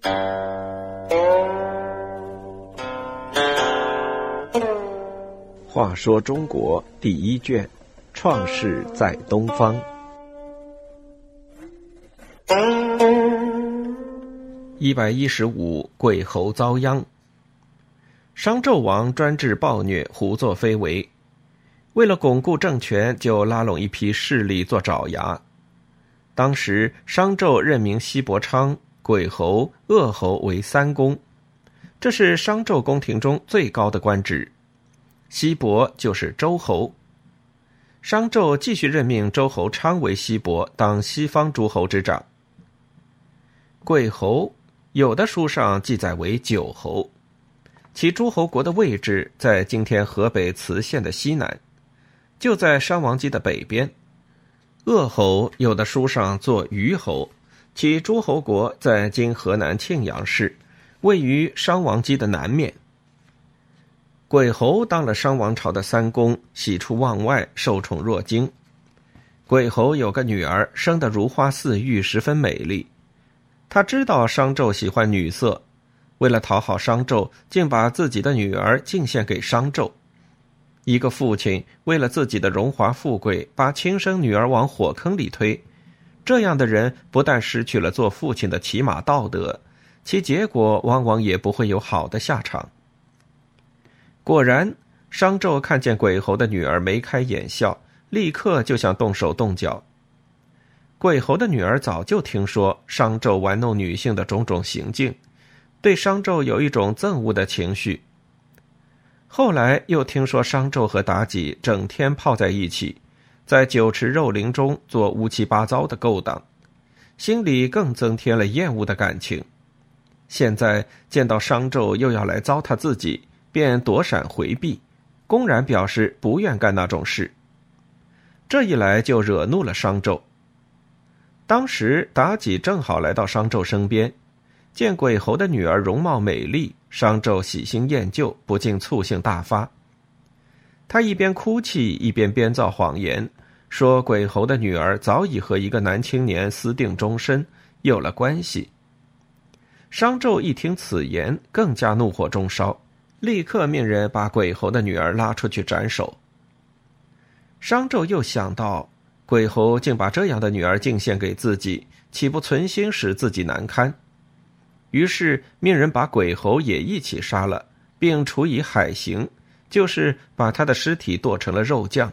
话说中国第一卷，创世在东方。115，鬼侯遭殃。商纣王专制暴虐，胡作非为，为了巩固政权，就拉拢一批势力做爪牙。当时商纣任命西伯昌、鬼侯、鄂侯为三公，这是商纣宫廷中最高的官职。西伯就是周侯。商纣继续任命周侯昌为西伯，当西方诸侯之长。鬼侯有的书上记载为九侯，其诸侯国的位置在今天河北磁县的西南，就在商王畿的北边。鄂侯有的书上作虞侯，其诸侯国在今河南庆阳市，位于商王畿的南面。鬼侯当了商王朝的三公，喜出望外，受宠若惊。鬼侯有个女儿，生得如花似玉，十分美丽。他知道商纣喜欢女色，为了讨好商纣，竟把自己的女儿进献给商纣。一个父亲为了自己的荣华富贵，把亲生女儿往火坑里推，这样的人不但失去了做父亲的起码道德，其结果往往也不会有好的下场。果然，商纣看见鬼侯的女儿眉开眼笑，立刻就想动手动脚。鬼侯的女儿早就听说商纣玩弄女性的种种行径，对商纣有一种憎恶的情绪。后来又听说商纣和妲己整天泡在一起，在酒池肉林中做乌七八糟的勾当，心里更增添了厌恶的感情。现在见到商纣又要来糟蹋自己，便躲闪回避，公然表示不愿干那种事。这一来就惹怒了商纣。当时妲己正好来到商纣身边，见鬼侯的女儿容貌美丽，商纣喜新厌旧，不禁醋性大发。他一边哭泣，一边编造谎言，说鬼侯的女儿早已和一个男青年私定终身，有了关系。商纣一听此言，更加怒火中烧，立刻命人把鬼侯的女儿拉出去斩首。商纣又想到，鬼侯竟把这样的女儿进献给自己，岂不存心使自己难堪？于是命人把鬼侯也一起杀了，并处以海刑，就是把他的尸体剁成了肉酱。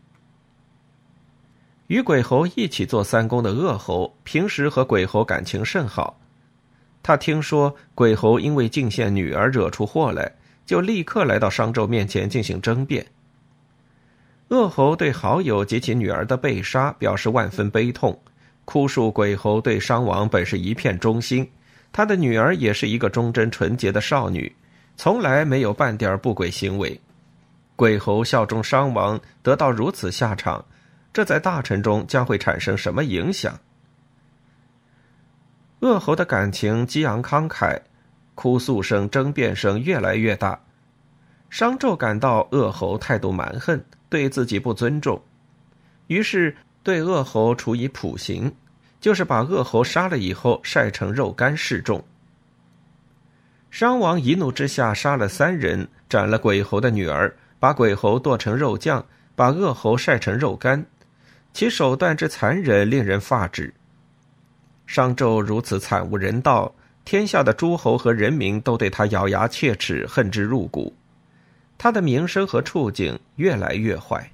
与鬼侯一起做三公的鄂侯，平时和鬼侯感情甚好。他听说鬼侯因为进献女儿惹出祸来，就立刻来到商纣面前进行争辩。鄂侯对好友及其女儿的被杀表示万分悲痛，哭诉鬼侯对商王本是一片忠心，他的女儿也是一个忠贞纯洁的少女，从来没有半点不轨行为。鬼侯效忠商王，得到如此下场，这在大臣中将会产生什么影响？鄂侯的感情激昂慷慨，哭诉声、争辩声越来越大。商纣感到鄂侯态度蛮横，对自己不尊重，于是对鄂侯处以普刑，就是把鄂侯杀了以后晒成肉干示众。商王一怒之下杀了3人，斩了鬼侯的女儿，把鬼侯剁成肉酱，把鄂侯晒成肉干，其手段之残忍令人发指。商纣如此惨无人道，天下的诸侯和人民都对他咬牙切齿，恨之入骨。他的名声和处境越来越坏。